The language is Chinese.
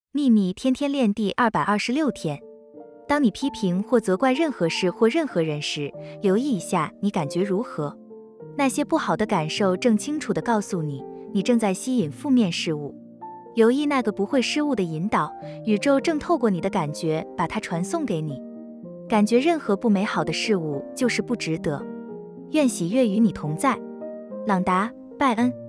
秘密天天练第226天。当你批评或责怪任何事或任何人时，留意一下你感觉如何。那些不好的感受正清楚地告诉你，你正在吸引负面事物。留意那个不会失误的引导，宇宙正透过你的感觉把它传送给你。感觉任何不美好的事物就是不值得。愿喜悦与你同在。朗达·拜恩。